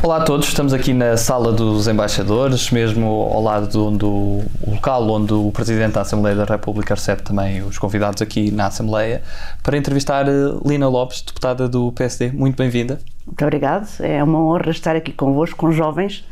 Olá a todos, estamos aqui na Sala dos Embaixadores, mesmo ao lado do local onde o Presidente da Assembleia da República recebe também os convidados aqui na Assembleia, para entrevistar Lina Lopes, deputada do PSD. Muito bem-vinda. Muito obrigado, é uma honra estar aqui convosco, com jovens.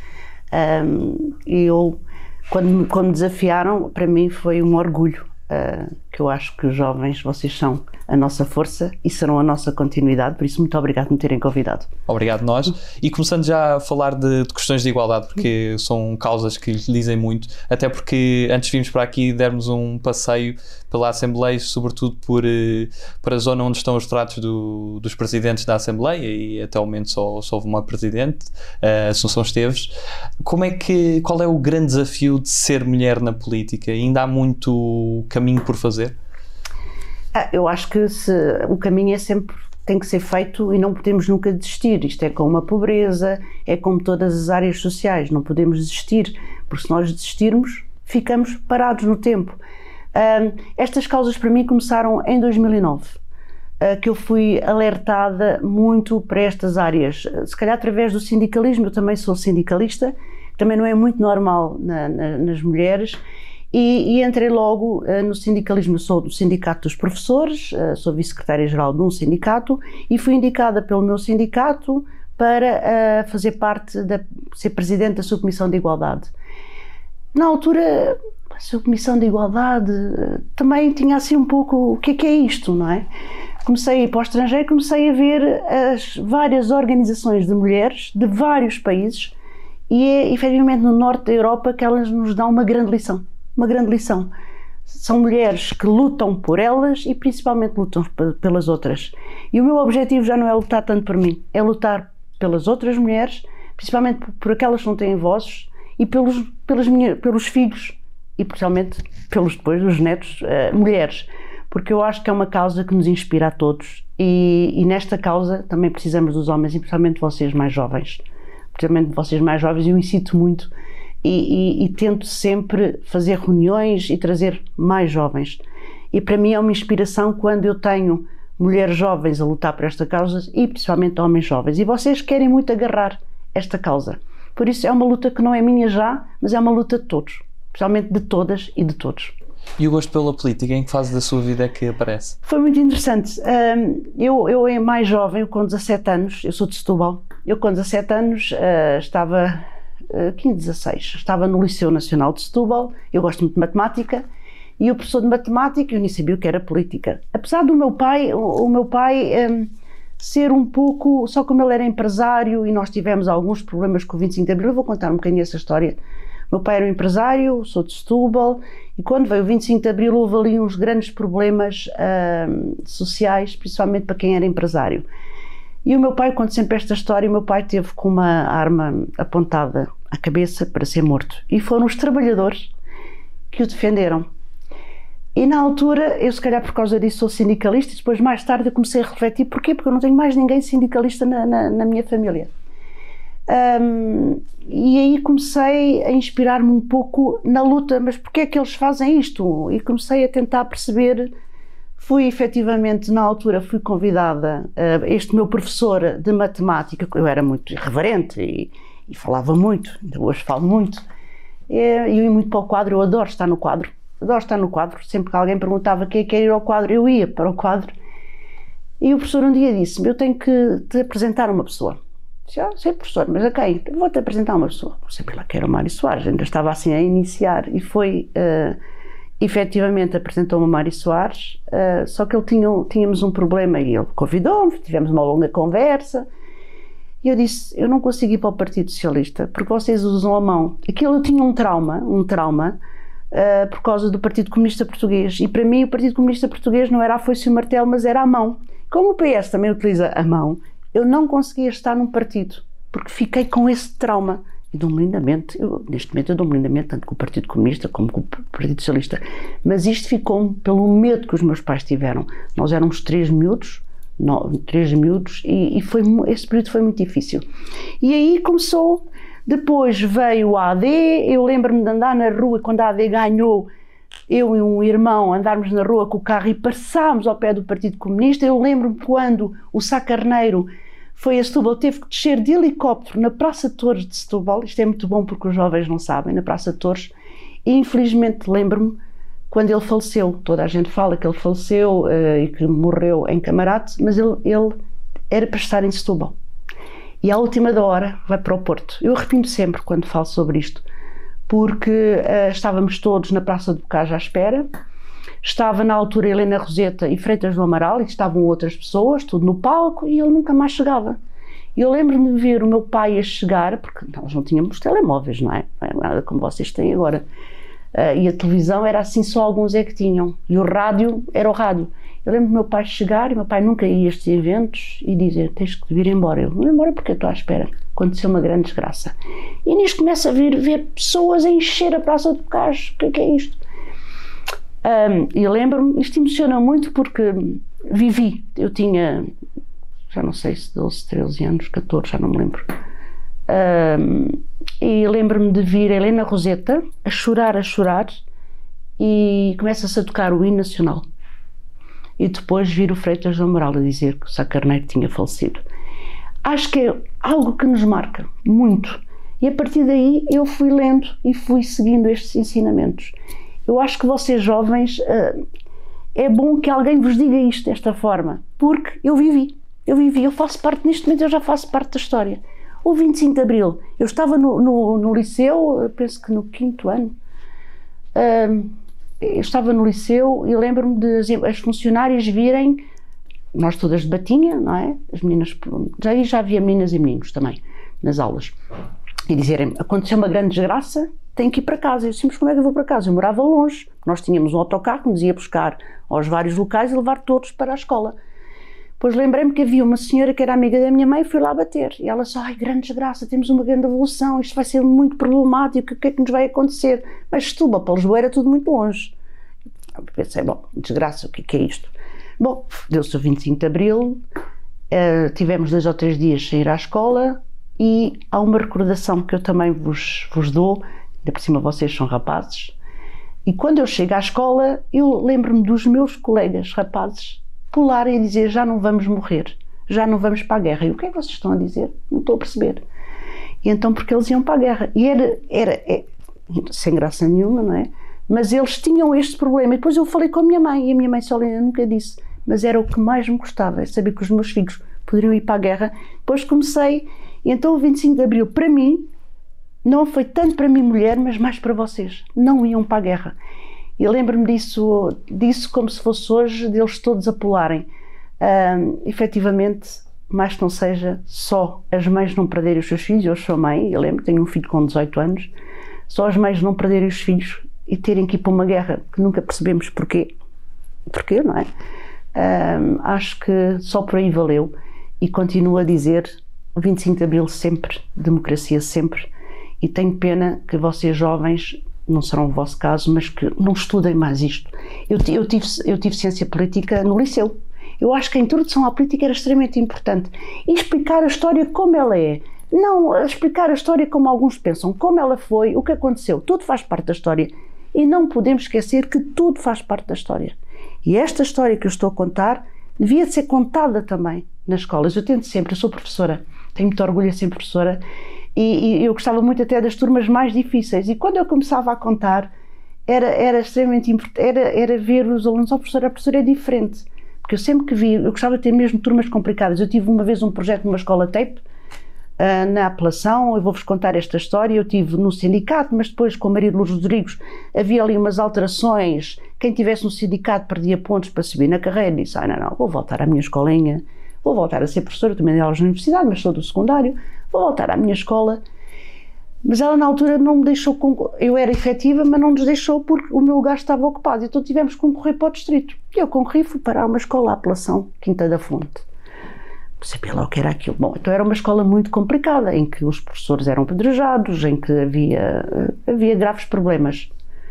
E quando me desafiaram, para mim foi um orgulho, que eu acho que os jovens, vocês são a nossa força e serão a nossa continuidade, por isso muito obrigado por me terem convidado. Obrigado nós. E começando já a falar de questões de igualdade, porque são causas que lhe dizem muito, até porque antes vimos para aqui dermos um passeio pela Assembleia, sobretudo para a zona onde estão os retratos dos presidentes da Assembleia, e até o momento só houve uma presidente, Assunção Esteves. Qual é o grande desafio de ser mulher na política? Ainda há muito caminho por fazer? Eu acho que o caminho tem que ser feito e não podemos nunca desistir. Isto é como a pobreza, é como todas as áreas sociais, não podemos desistir, porque se nós desistirmos, ficamos parados no tempo. Estas causas para mim começaram em 2009, que eu fui alertada muito para estas áreas, se calhar através do sindicalismo. Eu também sou sindicalista, também não é muito normal nas mulheres. E entrei logo no sindicalismo. Eu sou do Sindicato dos Professores, sou vice-secretária-geral de um sindicato e fui indicada pelo meu sindicato para fazer parte, ser presidente da Subcomissão de Igualdade. Na altura, a Subcomissão de Igualdade também tinha assim um pouco, o que é isto, não é? Comecei a ir para o estrangeiro, comecei a ver as várias organizações de mulheres de vários países e é efetivamente no norte da Europa que elas nos dão uma grande lição. Uma grande lição. São mulheres que lutam por elas e principalmente lutam pelas outras. E o meu objetivo já não é lutar tanto por mim, é lutar pelas outras mulheres, principalmente por aquelas que não têm vozes e pelos filhos e principalmente depois dos netos, mulheres. Porque eu acho que é uma causa que nos inspira a todos e nesta causa também precisamos dos homens e principalmente vocês mais jovens. Principalmente vocês mais jovens, eu incito muito. E tento sempre fazer reuniões e trazer mais jovens. E para mim é uma inspiração quando eu tenho mulheres jovens a lutar por esta causa e principalmente homens jovens. E vocês querem muito agarrar esta causa. Por isso é uma luta que não é minha já, mas é uma luta de todos. Especialmente de todas e de todos. E o gosto pela política, em que fase da sua vida é que aparece? Foi muito interessante. Eu mais jovem, com 17 anos, eu sou de Setúbal, eu com 17 anos estava... 15, 16, estava no Liceu Nacional de Setúbal, eu gosto muito de matemática, e o professor de matemática, eu nem sabia o que era política. Apesar do meu pai, ser um pouco, só como ele era empresário e nós tivemos alguns problemas com o 25 de Abril, eu vou contar um bocadinho essa história. O meu pai era um empresário, sou de Setúbal, e quando veio o 25 de Abril houve ali uns grandes problemas sociais, principalmente para quem era empresário. E o meu pai, conta sempre esta história, o meu pai teve com uma arma apontada à cabeça para ser morto. E foram os trabalhadores que o defenderam. E na altura, eu se calhar por causa disso sou sindicalista, e depois mais tarde eu comecei a refletir, porquê? Porque eu não tenho mais ninguém sindicalista na minha família. E aí comecei a inspirar-me um pouco na luta, mas porquê é que eles fazem isto? E comecei a tentar perceber. Fui efetivamente, na altura, fui convidada, este meu professor de matemática, eu era muito irreverente e falava muito, ainda hoje falo muito, e eu ia muito para o quadro, eu adoro estar no quadro, sempre que alguém perguntava quem quer ir ao quadro, eu ia para o quadro, e o professor um dia disse-me, eu tenho que te apresentar uma pessoa. Disse, sei professor, mas a quem? Vou-te apresentar uma pessoa. Sempre lá que era o Mário Soares, ainda estava assim a iniciar, e foi... efetivamente apresentou-me o Mário Soares, só que tínhamos um problema e ele convidou-me, tivemos uma longa conversa e eu disse, eu não consigo ir para o Partido Socialista porque vocês usam a mão. Aquilo eu tinha um trauma por causa do Partido Comunista Português e para mim o Partido Comunista Português não era a foice e o martelo, mas era a mão. Como o PS também utiliza a mão, eu não conseguia estar num partido porque fiquei com esse trauma. E dou-me lindamente, neste momento eu dou-me lindamente tanto com o Partido Comunista como com o Partido Socialista, mas isto ficou pelo medo que os meus pais tiveram. Nós éramos três miúdos e esse período foi muito difícil. E aí começou, depois veio o AD, eu lembro-me de andar na rua quando a AD ganhou, eu e um irmão andarmos na rua com o carro e passámos ao pé do Partido Comunista. Eu lembro-me quando o Sá Carneiro foi a Setúbal, teve que descer de helicóptero na Praça de Torres de Setúbal, isto é muito bom porque os jovens não sabem, na Praça de Torres, e infelizmente lembro-me quando ele faleceu, toda a gente fala que ele faleceu e que morreu em Camarate, mas ele era para estar em Setúbal. E à última da hora vai para o Porto. Eu arrependo sempre quando falo sobre isto, porque estávamos todos na Praça de Bocage à espera, estava na altura Helena Roseta e Freitas do Amaral, e estavam outras pessoas, tudo no palco, e ele nunca mais chegava. E eu lembro-me de ver o meu pai a chegar, porque nós não tínhamos telemóveis, não é? Não é nada como vocês têm agora. E a televisão era assim, só alguns é que tinham. E o rádio era o rádio. Eu lembro do meu pai chegar, e meu pai nunca ia a estes eventos, e dizer, tens que vir embora. Eu, não embora porque eu estou à espera. Aconteceu uma grande desgraça. E nisto começa a ver pessoas a encher a Praça de Bocage. O que é isto? E lembro-me, isto emociona muito porque vivi. Eu tinha, já não sei se 12, 13 anos, 14, já não me lembro. E lembro-me de vir a Helena Roseta a chorar, e começa-se a tocar o hino nacional. E depois vir o Freitas do Amaral a dizer que o Sá Carneiro tinha falecido. Acho que é algo que nos marca muito. E a partir daí eu fui lendo e fui seguindo estes ensinamentos. Eu acho que vocês jovens, é bom que alguém vos diga isto desta forma, porque eu vivi, eu faço parte, neste momento eu já faço parte da história. O 25 de Abril, eu estava no liceu, penso que no 5º ano, eu estava no liceu e lembro-me de as funcionárias virem, nós todas de batinha, não é? As meninas, já havia meninas e meninos também nas aulas, e dizerem, aconteceu uma grande desgraça, tenho que ir para casa. Eu disse, mas como é que eu vou para casa? Eu morava longe, nós tínhamos um autocarro que nos ia buscar aos vários locais e levar todos para a escola. Depois lembrei-me que havia uma senhora que era amiga da minha mãe e fui lá bater. E ela disse, ai, grande desgraça, temos uma grande evolução, isto vai ser muito problemático, o que é que nos vai acontecer? Mas Setúbal para Lisboa era tudo muito longe. Eu pensei, bom, desgraça, o que é isto? Bom, deu-se o 25 de Abril, tivemos 2 ou 3 dias sem ir à escola e há uma recordação que eu também vos dou, ainda por cima vocês são rapazes, e quando eu chego à escola eu lembro-me dos meus colegas rapazes pularem e dizer, já não vamos morrer, já não vamos para a guerra. E o que é que vocês estão a dizer? Não estou a perceber. E então porque eles iam para a guerra. E era sem graça nenhuma, não é? Mas eles tinham este problema. E depois eu falei com a minha mãe, e a minha mãe Solina nunca disse, mas era o que mais me gostava, é saber que os meus filhos poderiam ir para a guerra. Depois comecei, e então o 25 de Abril, para mim, não foi tanto para mim mulher, mas mais para vocês. Não iam para a guerra. E lembro-me disso como se fosse hoje, deles todos a pularem. Efetivamente, mais que não seja só as mães não perderem os seus filhos, eu sou mãe, eu lembro, tenho um filho com 18 anos, só as mães não perderem os filhos e terem que ir para uma guerra que nunca percebemos porquê, não é? Acho que só por aí valeu, e continuo a dizer, 25 de Abril sempre, democracia sempre, e tenho pena que vocês jovens, não serão o vosso caso, mas que não estudem mais isto. Eu tive ciência política no liceu. Eu acho que a introdução à política era extremamente importante. E explicar a história como ela é. Não explicar a história como alguns pensam, como ela foi, o que aconteceu. Tudo faz parte da história. E não podemos esquecer que tudo faz parte da história. E esta história que eu estou a contar devia ser contada também nas escolas. Eu tento sempre, eu sou professora, tenho muito orgulho de ser professora, e eu gostava muito até das turmas mais difíceis. E quando eu começava a contar, era extremamente importante, era ver os alunos, a professora é diferente. Porque eu sempre que vi, eu gostava de ter mesmo turmas complicadas. Eu tive uma vez um projeto numa escola TAPE, na apelação, eu vou-vos contar esta história. Eu tive no sindicato, mas depois com o marido Luís Rodrigues havia ali umas alterações. Quem tivesse no sindicato perdia pontos para subir na carreira. Disse, não, vou voltar à minha escolinha, vou voltar a ser professora, também dei aulas na universidade, mas sou do secundário, vou voltar à minha escola. Mas ela na altura não me deixou, eu era efetiva, mas não nos deixou porque o meu lugar estava ocupado, então tivemos que concorrer para o distrito. E eu concorri e fui parar uma escola, a apelação Quinta da Fonte. Não sabia lá o que era aquilo. Bom, então era uma escola muito complicada, em que os professores eram apedrejados, em que havia graves problemas.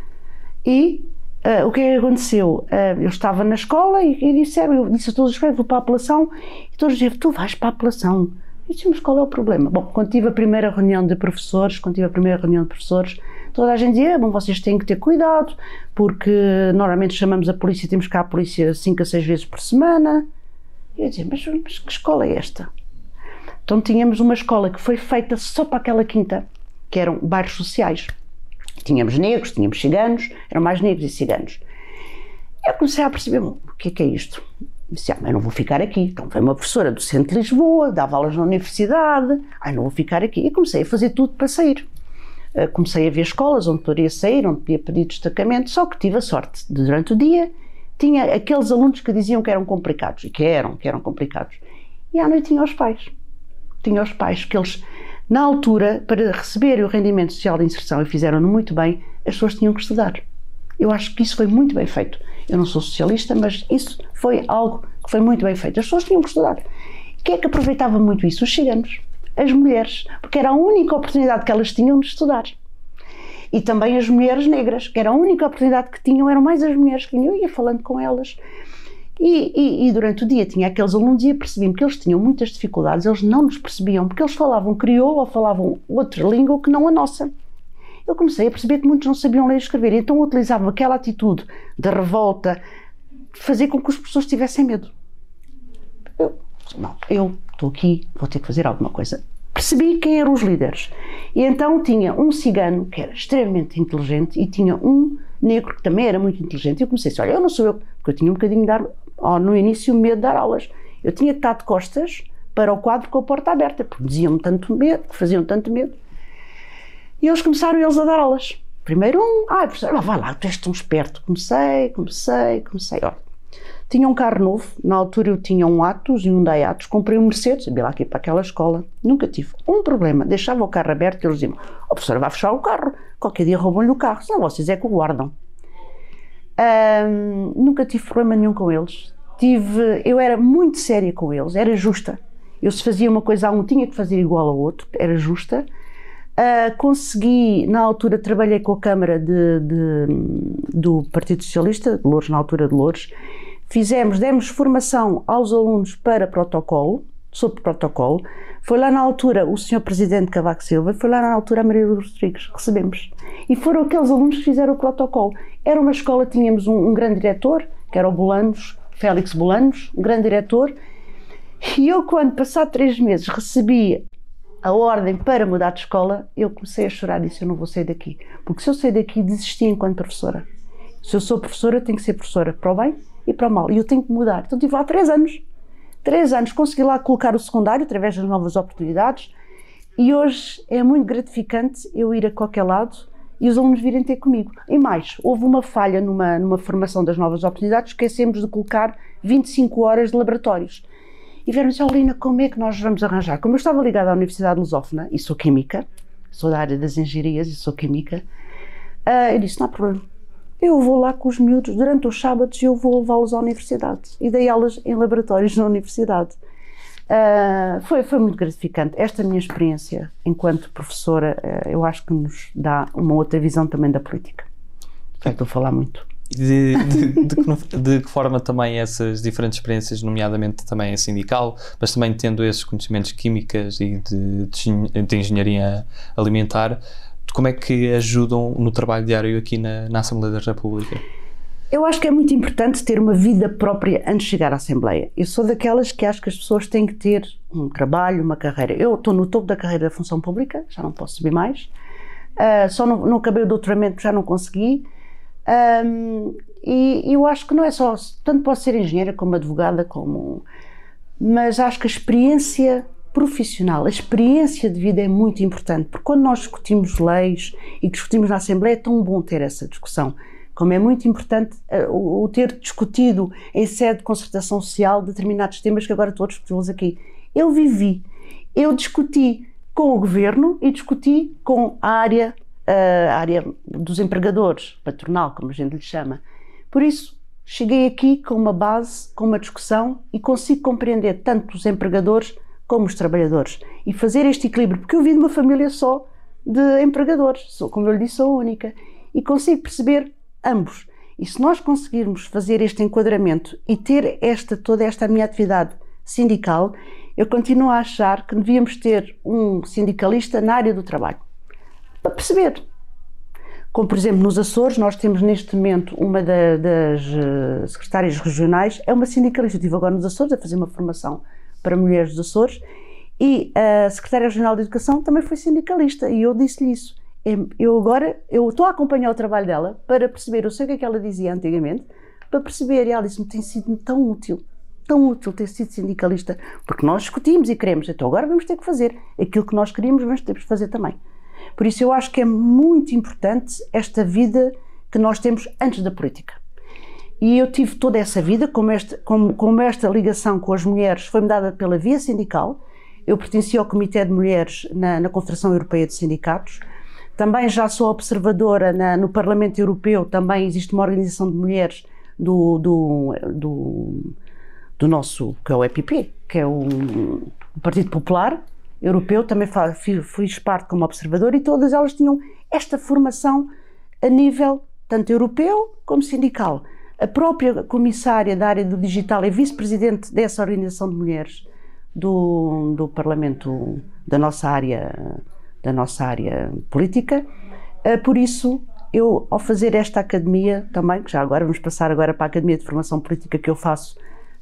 E o que é que aconteceu? Eu estava na escola e eu disse a todos os colegas, vou para a apelação, e todos diziam, tu vais para a apelação. Eu disse, mas qual é o problema? Bom, quando tive a primeira reunião de professores, toda a gente dizia, bom, vocês têm que ter cuidado, porque normalmente chamamos a polícia, temos cá a polícia 5 a 6 vezes por semana. E eu dizia, mas que escola é esta? Então tínhamos uma escola que foi feita só para aquela quinta, que eram bairros sociais. Tínhamos negros, tínhamos ciganos, eram mais negros e ciganos. Eu comecei a perceber, o que é isto? Disse, eu não vou ficar aqui. Então foi uma professora do centro de Lisboa, dava aulas na universidade, não vou ficar aqui. E comecei a fazer tudo para sair. Comecei a ver escolas onde poderia sair, onde podia pedir destacamento, só que tive a sorte de, durante o dia, tinha aqueles alunos que diziam que eram complicados, e que eram complicados. E à noite tinha os pais. Tinha os pais, que eles, na altura, para receberem o rendimento social de inserção, e fizeram-no muito bem, as pessoas tinham que estudar. Eu acho que isso foi muito bem feito. Eu não sou socialista, mas isso foi algo que foi muito bem feito. As pessoas tinham que estudar. E quem é que aproveitava muito isso? Os ciganos, as mulheres, porque era a única oportunidade que elas tinham de estudar. E também as mulheres negras, que era a única oportunidade que tinham, eram mais as mulheres que eu ia falando com elas. E durante o dia tinha aqueles alunos e eu percebi-me que eles tinham muitas dificuldades, eles não nos percebiam, porque eles falavam crioulo ou falavam outra língua que não a nossa. Eu comecei a perceber que muitos não sabiam ler e escrever, então utilizavam aquela atitude de revolta, de fazer com que as pessoas tivessem medo. Eu estou aqui, vou ter que fazer alguma coisa. Percebi quem eram os líderes. E então tinha um cigano, que era extremamente inteligente, e tinha um negro, que também era muito inteligente. E eu comecei a dizer, olha, eu não sou eu, porque eu tinha um bocadinho de dar, no início, medo de dar aulas. Eu tinha que estar de costas para o quadro com a porta aberta, porque diziam-me tanto medo, que faziam tanto medo. E eles começaram a dar aulas. Primeiro professor, vai lá, tu és tão esperto. Comecei. Olha, tinha um carro novo, na altura eu tinha um Atos e um Daihatsu, comprei um Mercedes, ia lá aqui para aquela escola, nunca tive um problema, deixava o carro aberto e eles diziam, professora, vai fechar o carro, qualquer dia roubam-lhe o carro, senão vocês é que o guardam. Nunca tive problema nenhum com eles, eu era muito séria com eles, era justa. Eu se fazia uma coisa a um tinha que fazer igual ao outro, era justa. Consegui, na altura trabalhei com a Câmara do Partido Socialista, de Loures, na altura de Loures, demos formação aos alunos para protocolo, sobre protocolo, foi lá na altura o Sr. Presidente Cavaco Silva, foi lá na altura a Maria Lourdes Rodrigues, recebemos. E foram aqueles alunos que fizeram o protocolo. Era uma escola, tínhamos um grande diretor, que era o Bolanos, Félix Bolanos, um grande diretor, e eu quando, passado 3 meses, recebi a ordem para mudar de escola, eu comecei a chorar e disse, eu não vou sair daqui, porque se eu sair daqui, desisti enquanto professora. Se eu sou professora, tenho que ser professora para o bem e para o mal, e eu tenho que mudar. Então estive lá 3 anos. 3 anos, consegui lá colocar o secundário através das novas oportunidades e hoje é muito gratificante eu ir a qualquer lado e os alunos virem ter comigo. E mais, houve uma falha numa formação das novas oportunidades, esquecemos de colocar 25 horas de laboratórios. E vieram dizer, Lina, como é que nós vamos arranjar? Como eu estava ligada à Universidade Lusófona e sou química, sou da área das engenharias e sou química, eu disse, não há problema. Eu vou lá com os miúdos, durante os sábados eu vou levá-los à universidade. E dei aulas em laboratórios na universidade. Foi muito gratificante. Esta minha experiência enquanto professora, eu acho que nos dá uma outra visão também da política. Estou a falar muito. De que forma também essas diferentes experiências, nomeadamente também a sindical, mas também tendo esses conhecimentos químicas e de engenharia alimentar, como é que ajudam no trabalho diário aqui na Assembleia da República? Eu acho que é muito importante ter uma vida própria antes de chegar à Assembleia. Eu sou daquelas que acho que as pessoas têm que ter um trabalho, uma carreira. Eu estou no topo da carreira da função pública, já não posso subir mais. Só não acabei o doutoramento, já não consegui. E eu acho que não é só, tanto posso ser engenheira como advogada, mas acho que a experiência profissional, a experiência de vida é muito importante, porque quando nós discutimos leis e discutimos na Assembleia é tão bom ter essa discussão, como é muito importante o ter discutido em sede de concertação social determinados temas que agora todos discutimos aqui. Eu discuti com o Governo e discuti com a área dos empregadores, patronal, como a gente lhe chama. Por isso, cheguei aqui com uma base, com uma discussão e consigo compreender tanto os empregadores como os trabalhadores e fazer este equilíbrio, porque eu vim de uma família só de empregadores, como eu lhe disse, sou única, e consigo perceber ambos. E se nós conseguirmos fazer este enquadramento e ter toda esta minha atividade sindical, eu continuo a achar que devíamos ter um sindicalista na área do trabalho, para perceber. Como, por exemplo, nos Açores, nós temos neste momento uma das secretárias regionais, é uma sindicalista. Eu estive agora nos Açores a fazer uma formação para mulheres dos Açores E a Secretária Regional de Educação também foi sindicalista e eu disse-lhe isso. Eu estou a acompanhar o trabalho dela para perceber, eu sei o que é que ela dizia antigamente, para perceber, e ela disse-me, tem sido tão útil ter sido sindicalista, porque nós discutimos e queremos, então agora vamos ter que fazer aquilo que nós queríamos, vamos ter que fazer também. Por isso eu acho que é muito importante esta vida que nós temos antes da política. E eu tive toda essa vida, como esta ligação com as mulheres foi-me dada pela via sindical. Eu pertenci ao Comitê de Mulheres na Confederação Europeia de Sindicatos. Também já sou observadora no Parlamento Europeu, também existe uma organização de mulheres do nosso, que é o EPP, que é o Partido Popular Europeu, também fiz parte como observadora, e todas elas tinham esta formação a nível tanto europeu como sindical. A própria comissária da área do digital é vice-presidente dessa organização de mulheres do Parlamento da nossa área política. Por isso, eu, ao fazer esta academia também, que já agora vamos passar agora para a Academia de Formação Política que eu faço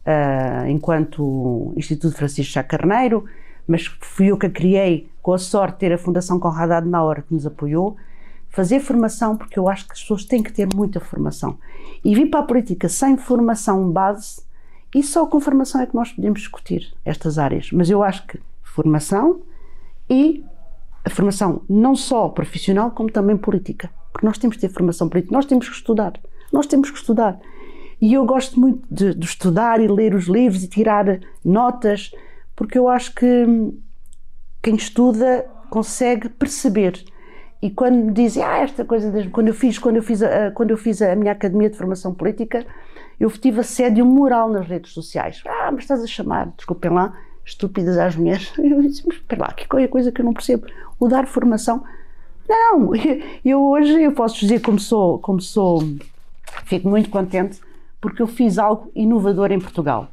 enquanto Instituto Francisco Sá Carneiro, mas fui eu que a criei, com a sorte de ter a Fundação Konrad Adenauer que nos apoiou, fazer formação, porque eu acho que as pessoas têm que ter muita formação. E vir para a política sem formação base, e só com formação é que nós podemos discutir estas áreas. Mas eu acho que formação, e a formação não só profissional, como também política. Porque nós temos que ter formação política, nós temos que estudar. E eu gosto muito de estudar e ler os livros e tirar notas, porque eu acho que quem estuda consegue perceber. E quando me dizem, esta coisa, quando eu fiz a minha Academia de Formação Política, eu tive assédio moral nas redes sociais. Mas estás a chamar, desculpem lá, estúpidas às mulheres. Eu disse, mas espera lá, que é coisa que eu não percebo. O dar formação. Não, eu hoje eu posso dizer como sou, fico muito contente, porque eu fiz algo inovador em Portugal.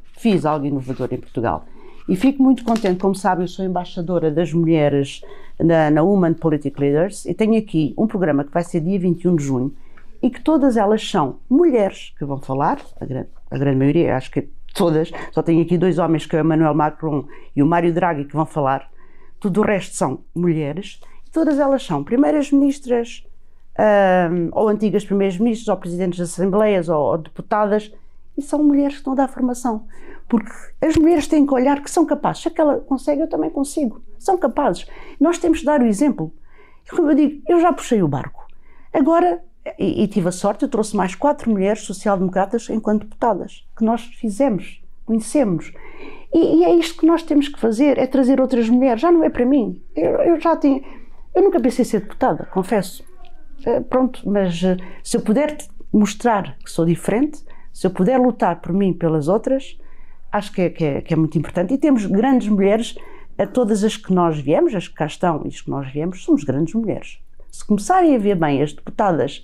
E fico muito contente, como sabem, eu sou embaixadora das mulheres na Women Political Leaders, e tenho aqui um programa que vai ser dia 21 de junho, e que todas elas são mulheres que vão falar, a grande maioria, acho que todas, só tenho aqui 2 homens, que é o Emmanuel Macron e o Mário Draghi, que vão falar, tudo o resto são mulheres, e todas elas são primeiras ministras, ou antigas primeiras ministras, ou presidentes de assembleias, ou deputadas, e são mulheres que estão a dar formação. Porque as mulheres têm que olhar que são capazes. Se aquela consegue, eu também consigo. São capazes. Nós temos de dar o exemplo. Como eu digo, eu já puxei o barco. Agora, e tive a sorte, eu trouxe mais 4 mulheres social-democratas enquanto deputadas, que nós fizemos, conhecemos. E é isto que nós temos que fazer, é trazer outras mulheres. Já não é para mim. Eu nunca pensei ser deputada, confesso. Pronto, mas se eu puder mostrar que sou diferente, se eu puder lutar por mim e pelas outras, acho que é muito importante. E temos grandes mulheres, todas as que nós viemos, as que cá estão e as que nós viemos, somos grandes mulheres. Se começarem a ver bem as deputadas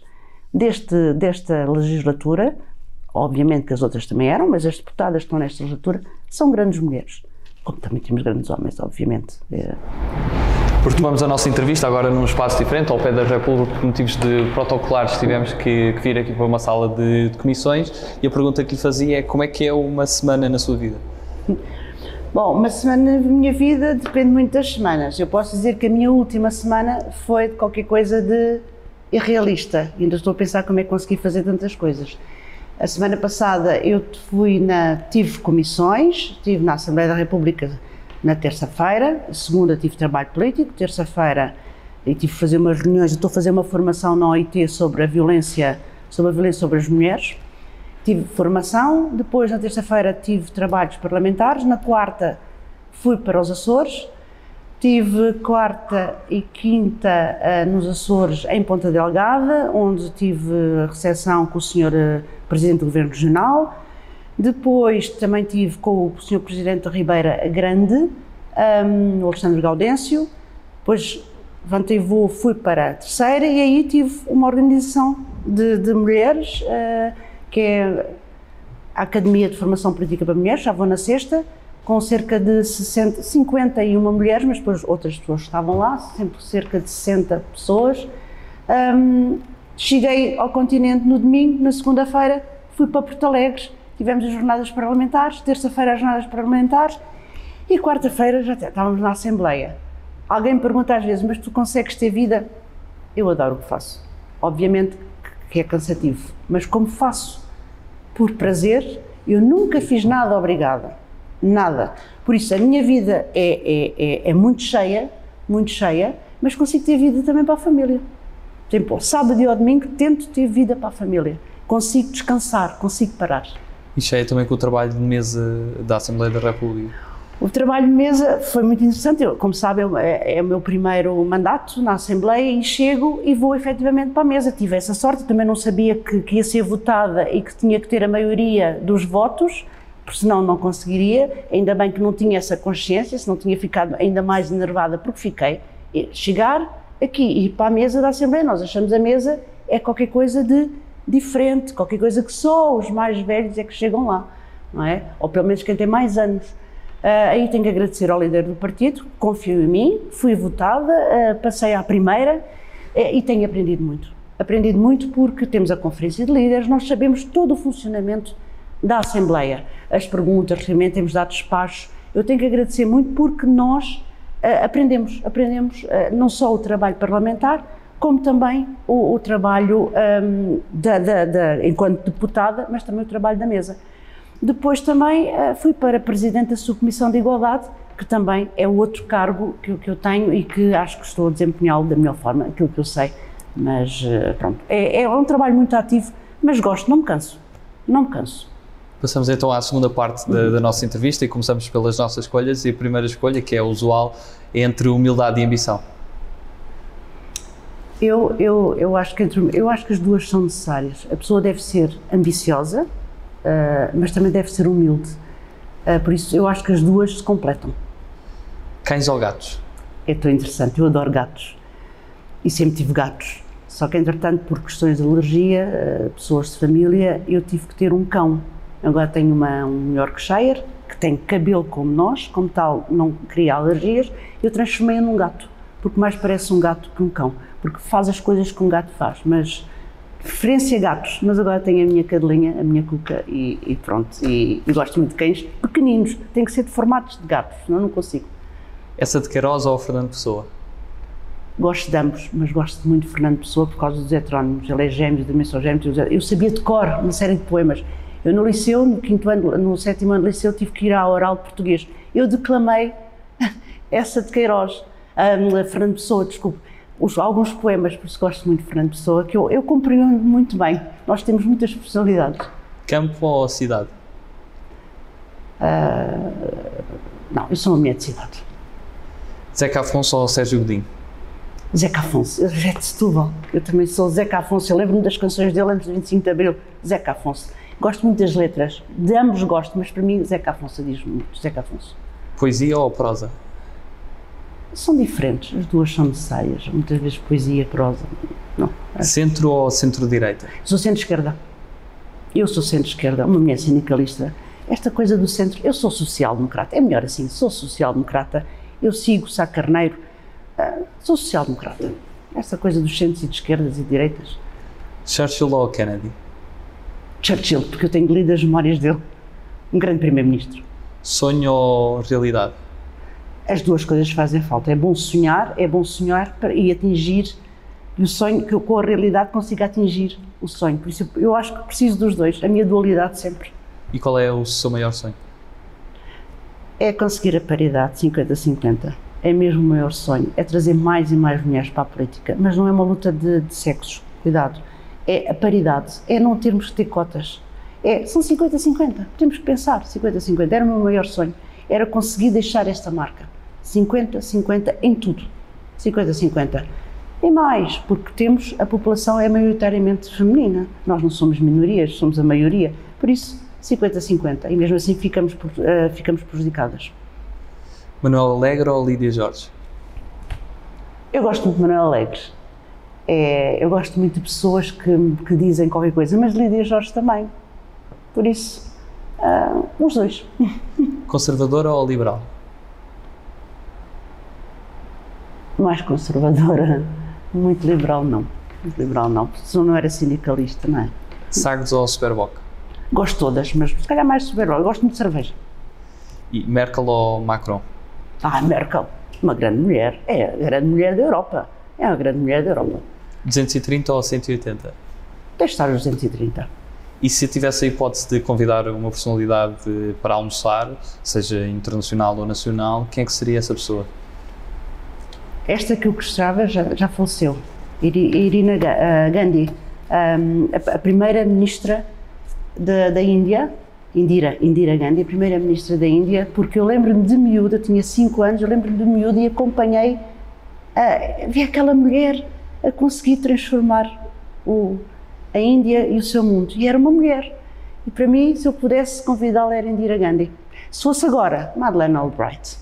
desta legislatura, obviamente que as outras também eram, mas as deputadas que estão nesta legislatura são grandes mulheres. Como também temos grandes homens, obviamente. Retomamos a nossa entrevista agora num espaço diferente, ao pé da República, por motivos de protocolares tivemos que vir aqui para uma sala de comissões, e a pergunta que lhe fazia é como é que é uma semana na sua vida? Bom, uma semana na minha vida depende muito das semanas. Eu posso dizer que a minha última semana foi de qualquer coisa de irrealista. Ainda estou a pensar como é que consegui fazer tantas coisas. A semana passada eu tive comissões, estive na Assembleia da República na terça-feira, segunda tive trabalho político, terça-feira tive que fazer umas reuniões, estou a fazer uma formação na OIT sobre a violência sobre as mulheres. Tive formação, depois na terça-feira tive trabalhos parlamentares, na quarta fui para os Açores, tive quarta e quinta nos Açores em Ponta Delgada, onde tive a recepção com o Sr. Presidente do Governo Regional. Depois também tive com o Sr. Presidente da Ribeira Grande, o Alexandre Gaudêncio. Depois levantei voo, fui para a terceira, e aí tive uma organização de mulheres, que é a Academia de Formação Política para Mulheres, já vou na sexta, com cerca de 51 mulheres, mas depois outras pessoas estavam lá, sempre cerca de 60 pessoas. Cheguei ao continente no domingo, na segunda-feira fui para Porto Alegre, tivemos as jornadas parlamentares, terça-feira as jornadas parlamentares, E quarta-feira já estávamos na Assembleia. Alguém me pergunta às vezes, mas tu consegues ter vida? Eu adoro o que faço. Obviamente que é cansativo, mas como faço por prazer, eu nunca fiz nada obrigada. Nada. Por isso, a minha vida é muito cheia, mas consigo ter vida também para a família. Tipo, sábado e ao domingo tento ter vida para a família. Consigo descansar, consigo parar. E cheia também com o trabalho de mesa da Assembleia da República. O trabalho de mesa foi muito interessante. Eu, como sabem, é o meu primeiro mandato na Assembleia e chego e vou efetivamente para a mesa. Tive essa sorte, também não sabia que ia ser votada e que tinha que ter a maioria dos votos, porque senão não conseguiria. Ainda bem que não tinha essa consciência, senão tinha ficado ainda mais enervada, porque fiquei. Chegar aqui e ir para a mesa da Assembleia, nós achamos a mesa é qualquer coisa de diferente, qualquer coisa que só os mais velhos é que chegam lá, não é? Ou pelo menos quem tem mais anos. Aí tenho que agradecer ao líder do partido, confiou em mim, fui votada, passei à primeira e tenho aprendido muito. Aprendido muito porque temos a conferência de líderes, nós sabemos todo o funcionamento da Assembleia, as perguntas, realmente temos dado espaço. Eu tenho que agradecer muito porque nós aprendemos não só o trabalho parlamentar, como também o trabalho enquanto deputada, mas também o trabalho da mesa. Depois também fui para Presidente da Subcomissão de Igualdade, que também é o outro cargo que eu tenho e que acho que estou a desempenhá-lo da melhor forma, aquilo que eu sei, mas pronto, é um trabalho muito ativo, mas gosto, não me canso. Passamos então à segunda parte da nossa entrevista e começamos pelas nossas escolhas, e a primeira escolha, que é usual, é entre humildade e ambição. Eu acho que as duas são necessárias. A pessoa deve ser ambiciosa, mas também deve ser humilde. Por isso, eu acho que as duas se completam. Cães ou gatos? É tão interessante, eu adoro gatos. E sempre tive gatos. Só que, entretanto, por questões de alergia, pessoas de família, eu tive que ter um cão. Agora tenho um Yorkshire, que tem cabelo como nós, como tal, não cria alergias. Eu transformei-a num gato, porque mais parece um gato que um cão. Porque faz as coisas que um gato faz, mas... preferência gatos, mas agora tenho a minha cadelinha, a minha cuca e pronto, e gosto muito de cães pequeninos, tem que ser de formatos de gatos, senão não consigo. Essa de Queiroz ou Fernando Pessoa? Gosto de ambos, mas gosto muito de Fernando Pessoa por causa dos heterónimos, ele é gêmeos, também sou gêmeos, eu sabia de cor uma série de poemas. Eu no liceu, no 5º ano, no 7º ano de liceu, tive que ir à oral de português. Eu declamei essa de Queiroz, Fernando Pessoa, desculpe. Alguns poemas, por isso gosto muito de Fernando Pessoa, que eu compreendo muito bem. Nós temos muitas personalidades. Campo ou cidade? Não, eu sou uma mulher de cidade. Zeca Afonso ou Sérgio Godinho? Zeca Afonso, eu já de Setúbal. Eu também sou Zeca Afonso, eu lembro-me das canções dele antes do 25 de Abril. Zeca Afonso. Gosto muito das letras, de ambos gosto, mas para mim Zeca Afonso diz muito, Zeca Afonso. Poesia ou prosa? São diferentes, as duas são necessárias, muitas vezes poesia, prosa, não. Centro ou centro-direita? Sou centro-esquerda, eu sou centro-esquerda, uma mulher sindicalista. Esta coisa do centro, eu sou social-democrata, é melhor assim, sou social-democrata, eu sigo Sá Carneiro, sou social-democrata. Esta coisa dos centros e de esquerdas e direitas. Churchill ou Kennedy? Churchill, porque eu tenho lido as memórias dele, um grande primeiro-ministro. Sonho ou realidade? As duas coisas fazem falta. É bom sonhar e atingir, e o sonho, que eu com a realidade consiga atingir o sonho. Por isso eu acho que preciso dos dois, a minha dualidade sempre. E qual é o seu maior sonho? É conseguir a paridade 50-50. É mesmo o maior sonho. É trazer mais e mais mulheres para a política. Mas não é uma luta de sexos, cuidado. É a paridade, é não termos que ter cotas. São 50-50, temos que pensar 50-50. Era o meu maior sonho. Era conseguir deixar esta marca. 50-50 em tudo. 50-50. E mais, porque a população é maioritariamente feminina. Nós não somos minorias, somos a maioria. Por isso, 50-50. E mesmo assim ficamos prejudicadas. Manuel Alegre ou Lídia Jorge? Eu gosto muito de Manuel Alegre. Eu gosto muito de pessoas que dizem qualquer coisa, mas de Lídia Jorge também. Por isso, os dois. Conservadora ou liberal? Mais conservadora, muito liberal não. Muito liberal não, se não era sindicalista, não é? Sagres ou Superboc? Gosto de todas, mas se calhar mais Superboc. Eu gosto muito de cerveja. E Merkel ou Macron? Merkel, uma grande mulher, é a grande mulher da Europa, é a grande mulher da Europa. 230 ou 180? Deve estar os 230. E se tivesse a hipótese de convidar uma personalidade para almoçar, seja internacional ou nacional, quem é que seria essa pessoa? Esta que eu gostava já faleceu, Irina Gandhi, a primeira ministra da Índia, Indira Gandhi, a primeira ministra da Índia, porque eu lembro-me de miúda, tinha 5 anos, eu lembro-me de miúda e acompanhei, vi aquela mulher a conseguir transformar a Índia e o seu mundo, e era uma mulher, e para mim, se eu pudesse convidá-la, era Indira Gandhi. Se fosse agora, Madeleine Albright.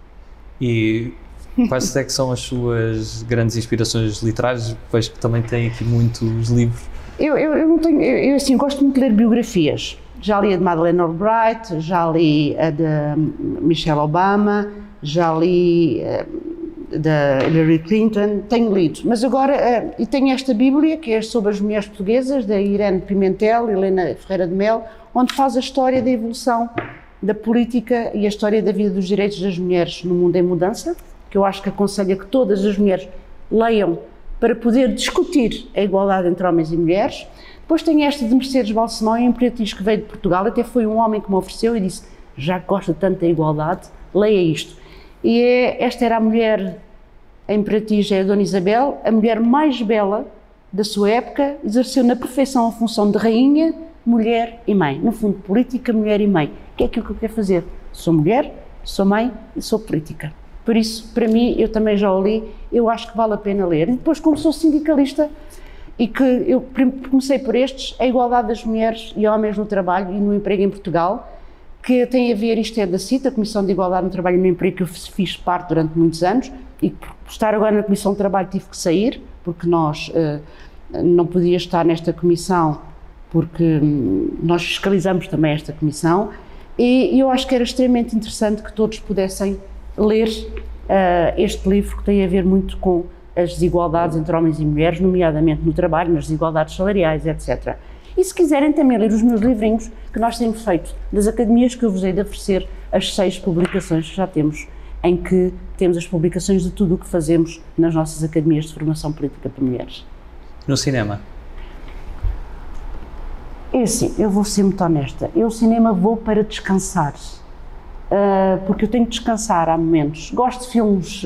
E quais é que são as suas grandes inspirações literárias? Vejo que também tem aqui muitos livros. Eu não tenho, eu assim, gosto muito de ler biografias. Já li a de Madeleine Albright, já li a de Michelle Obama, já li da Hillary Clinton, tenho lido. Mas agora, e tenho esta Bíblia, que é sobre as mulheres portuguesas, da Irene Pimentel, Helena Ferreira de Mel, onde faz a história da evolução da política e a história da vida dos direitos das mulheres no mundo em mudança, que eu acho que aconselho que todas as mulheres leiam para poder discutir a igualdade entre homens e mulheres. Depois tenho esta de Mercedes Balsemão, Imperatriz, que veio de Portugal, até foi um homem que me ofereceu e disse, já que gosta tanto da igualdade, leia isto. E esta era a mulher, a Imperatriz é a Dona Isabel, a mulher mais bela da sua época, exerceu na perfeição a função de rainha, mulher e mãe. No fundo, política, mulher e mãe. Que é aquilo que eu quero fazer. Sou mulher, sou mãe e sou política. Por isso, para mim, eu também já o li, eu acho que vale a pena ler. E depois, como sou sindicalista, e que eu comecei por estes, a igualdade das mulheres e homens no trabalho e no emprego em Portugal, que tem a ver, isto é da CIT, a Comissão de Igualdade no Trabalho e no Emprego, que eu fiz parte durante muitos anos, e por estar agora na Comissão de Trabalho tive que sair, porque nós não podia estar nesta comissão, porque nós fiscalizamos também esta comissão, e eu acho que era extremamente interessante que todos pudessem ler este livro, que tem a ver muito com as desigualdades entre homens e mulheres, nomeadamente no trabalho, nas desigualdades salariais, etc. E se quiserem também ler os meus livrinhos, que nós temos feito das academias, que eu vos hei de oferecer as 6 publicações que já temos, em que temos as publicações de tudo o que fazemos nas nossas academias de formação política para mulheres. No cinema? É assim, eu vou ser muito honesta, eu ao cinema vou para descansar, porque eu tenho que descansar há momentos. Gosto de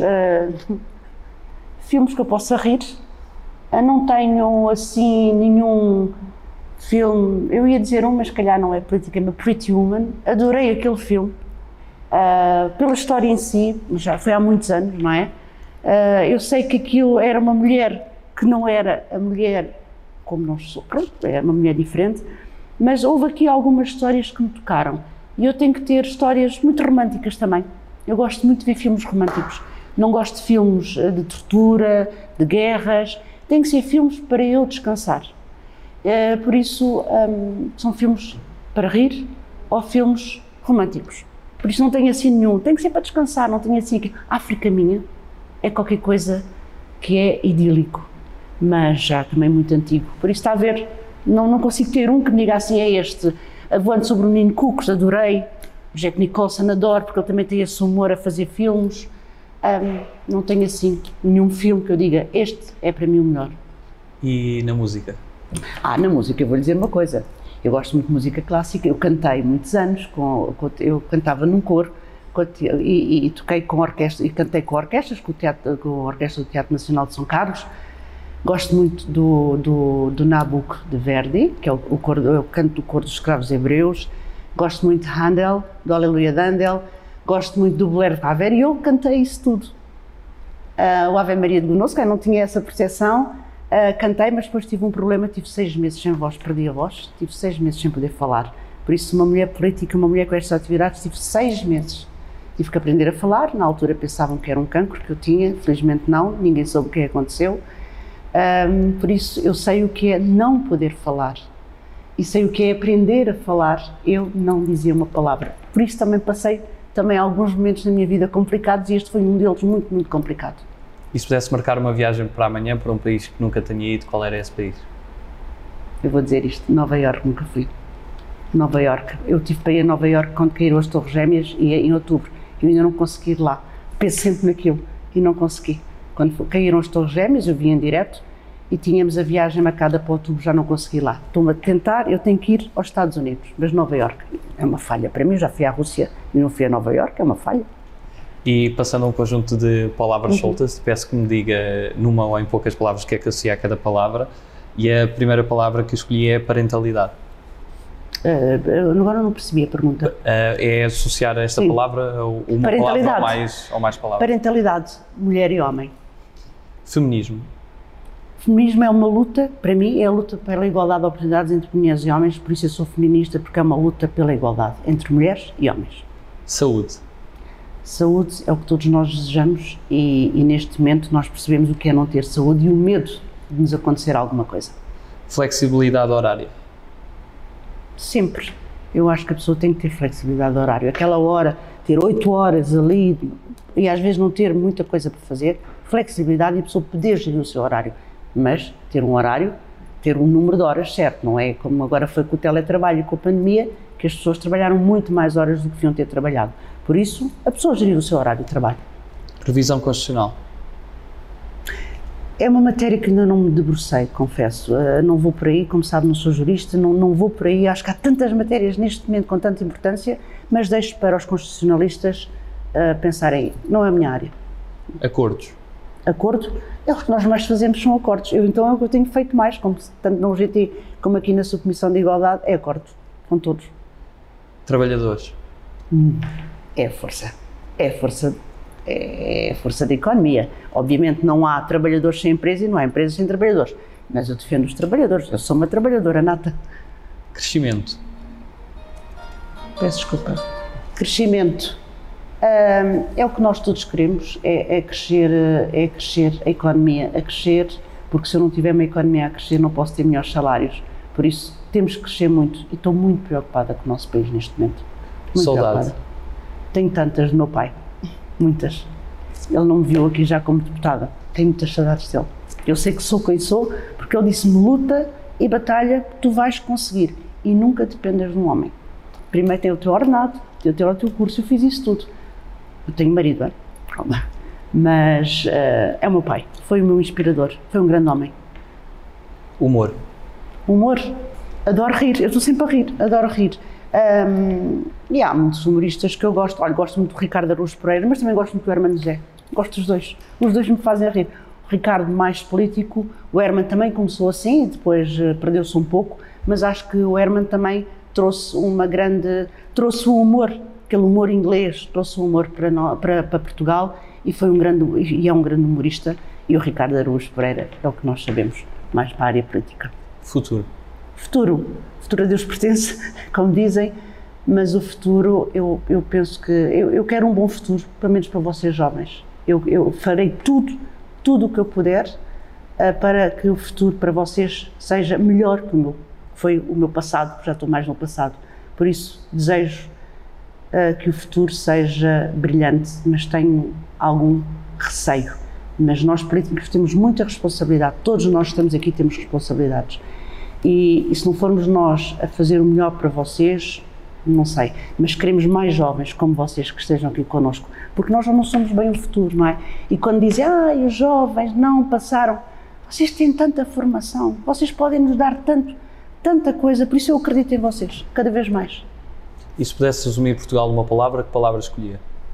filmes que eu possa rir, não tenho assim nenhum filme, eu ia dizer mas se calhar não é política, mas Pretty Woman, adorei aquele filme, pela história em si, já foi há muitos anos, não é? Eu sei que aquilo era uma mulher que não era a mulher como nós somos, pronto, é uma mulher diferente, mas houve aqui algumas histórias que me tocaram, e eu tenho que ter histórias muito românticas também. Eu gosto muito de ver filmes românticos. Não gosto de filmes de tortura, de guerras, tem que ser filmes para eu descansar. Por isso, são filmes para rir ou filmes românticos. Por isso não tenho assim nenhum, tem que ser para descansar, não tenho assim que África Minha é qualquer coisa que é idílico, mas já também muito antigo. Por isso está a ver, não consigo ter um que me diga assim, é este, Voando sobre o Menino Cucos, adorei, Jack Nicholson adoro, porque ele também tem esse humor a fazer filmes. Não tenho assim nenhum filme que eu diga, este é para mim o melhor. E na música? Na música eu vou lhe dizer uma coisa, eu gosto muito de música clássica, eu cantei muitos anos, eu cantava num coro e toquei com orquestra, e cantei com orquestras, com a Orquestra do Teatro Nacional de São Carlos. Gosto muito do Nabucco de Verdi, que é o canto do coro dos escravos hebreus. Gosto muito de Handel, do Aleluia de Handel. Gosto muito do Bolero de Ravel, e eu cantei isso tudo. O Ave Maria de Gounod, que eu não tinha essa percepção, cantei, mas depois tive um problema, tive 6 meses sem voz, perdi a voz, tive 6 meses sem poder falar. Por isso, uma mulher política, uma mulher com estas atividades, tive 6 meses. Tive que aprender a falar, na altura pensavam que era um cancro que eu tinha, felizmente não, ninguém soube o que aconteceu. Por isso, eu sei o que é não poder falar. E sei o que é aprender a falar, eu não dizia uma palavra. Por isso também passei alguns momentos na minha vida complicados, e este foi um deles muito, muito complicado. E se pudesse marcar uma viagem para amanhã para um país que nunca tinha ido, qual era esse país? Eu vou dizer isto, Nova Iorque nunca fui. Nova Iorque. Eu tive para ir a Nova Iorque quando caíram as Torres Gêmeas e em outubro. Eu ainda não consegui ir lá. Penso sempre naquilo e não consegui. Quando caíram as Torres Gêmeas, eu vim em direto e tínhamos a viagem marcada para outubro, já não consegui ir lá. Estou-me a tentar, eu tenho que ir aos Estados Unidos, mas Nova Iorque é uma falha. Para mim, eu já fui à Rússia e não fui a Nova Iorque, é uma falha. E passando a um conjunto de palavras soltas, peço que me diga numa ou em poucas palavras o que é que associa a cada palavra. E a primeira palavra que escolhi é parentalidade. Agora não percebi a pergunta. É associar esta palavra a uma palavra ou mais palavras. Parentalidade, mulher e homem. Feminismo. Feminismo é uma luta, para mim, é a luta pela igualdade de oportunidades entre mulheres e homens, por isso eu sou feminista, porque é uma luta pela igualdade entre mulheres e homens. Saúde. Saúde é o que todos nós desejamos e neste momento nós percebemos o que é não ter saúde e o medo de nos acontecer alguma coisa. Flexibilidade horária. Sempre. Eu acho que a pessoa tem que ter flexibilidade de horário. Aquela hora, ter 8 horas ali e às vezes não ter muita coisa para fazer, flexibilidade e a pessoa poder gerir o seu horário. Mas ter um horário, ter um número de horas certo, não é como agora foi com o teletrabalho e com a pandemia, que as pessoas trabalharam muito mais horas do que deviam ter trabalhado. Por isso, a pessoa gerir o seu horário de trabalho. Revisão constitucional. É uma matéria que ainda não me debrucei, confesso. Não vou por aí, como sabe, não sou jurista, não vou por aí. Acho que há tantas matérias neste momento com tanta importância, mas deixo para os constitucionalistas pensarem, não é a minha área. Acordos. Acordo? É o que nós mais fazemos, são acordos. Então é o que eu tenho feito mais, como tanto no UGT como aqui na Subcomissão de Igualdade, é acordo, com todos. Trabalhadores. É força. É força. É força da economia. Obviamente não há trabalhadores sem empresa e não há empresas sem trabalhadores, mas eu defendo os trabalhadores, eu sou uma trabalhadora nata. Crescimento. Peço desculpa. Crescimento. É o que nós todos queremos, é crescer a economia a crescer, porque se eu não tiver uma economia a crescer não posso ter melhores salários. Por isso temos que crescer muito e estou muito preocupada com o nosso país neste momento. Muito Saudade. preocupada. Tenho tantas do meu pai. Muitas. Ele não me viu aqui já como deputada. Tenho muitas saudades dele. Eu sei que sou quem sou, porque ele disse-me luta e batalha, tu vais conseguir. E nunca dependas de um homem. Primeiro tem o teu ordenado, tem o teu curso, eu fiz isso tudo. Eu tenho marido, é? Calma. Mas é o meu pai. Foi o meu inspirador. Foi um grande homem. Humor. Humor. Adoro rir. Eu estou sempre a rir. Adoro rir. E há muitos humoristas que eu gosto. Olha, gosto muito do Ricardo Araújo Pereira, mas também gosto muito do Hermano José. Gosto dos dois. Os dois me fazem rir. O Ricardo mais político, o Hermano também começou assim, depois perdeu-se um pouco, mas acho que o Hermano também trouxe trouxe o humor, aquele humor inglês, trouxe o humor para Portugal e é um grande humorista. E o Ricardo Araújo Pereira é o que nós sabemos mais para a área política. Futuro. Futuro a Deus pertence, como dizem, mas o futuro, eu penso que, eu quero um bom futuro, pelo menos para vocês jovens. Eu farei tudo o que eu puder para que o futuro para vocês seja melhor que foi o meu passado, porque já estou mais no passado. Por isso, desejo que o futuro seja brilhante, mas tenho algum receio. Mas nós políticos temos muita responsabilidade, todos nós que estamos aqui temos responsabilidades. E se não formos nós a fazer o melhor para vocês, não sei, mas queremos mais jovens como vocês que estejam aqui connosco, porque nós já não somos bem o futuro, não é? E quando dizem, os jovens não passaram, vocês têm tanta formação, vocês podem nos dar tanta coisa, por isso eu acredito em vocês, cada vez mais. E se pudesse resumir Portugal numa palavra, que palavra escolhia?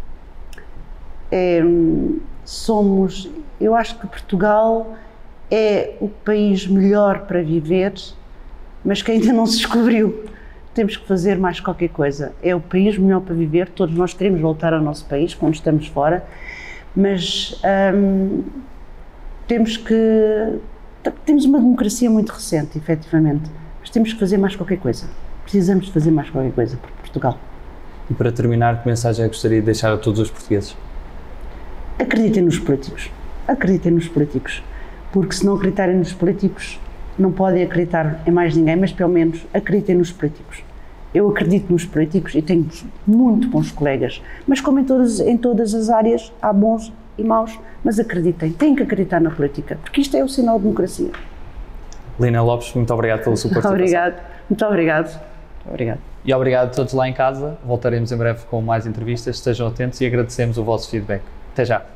Eu acho que Portugal é o país melhor para viver, mas que ainda não se descobriu. Temos que fazer mais qualquer coisa. É o país melhor para viver, todos nós queremos voltar ao nosso país quando estamos fora, mas temos uma democracia muito recente, efetivamente, mas temos que fazer mais qualquer coisa. Precisamos de fazer mais qualquer coisa por Portugal. E para terminar, que mensagem é que gostaria de deixar a todos os portugueses? Acreditem nos políticos. Acreditem nos políticos. Porque se não acreditarem nos políticos, não podem acreditar em mais ninguém, mas pelo menos acreditem nos políticos. Eu acredito nos políticos e tenho muito bons colegas, mas como em todas as áreas há bons e maus, mas acreditem, têm que acreditar na política, porque isto é o sinal de democracia. Lina Lopes, muito obrigado pela sua participação. Muito obrigado. Obrigado. E obrigado a todos lá em casa. Voltaremos em breve com mais entrevistas. Estejam atentos e agradecemos o vosso feedback. Até já.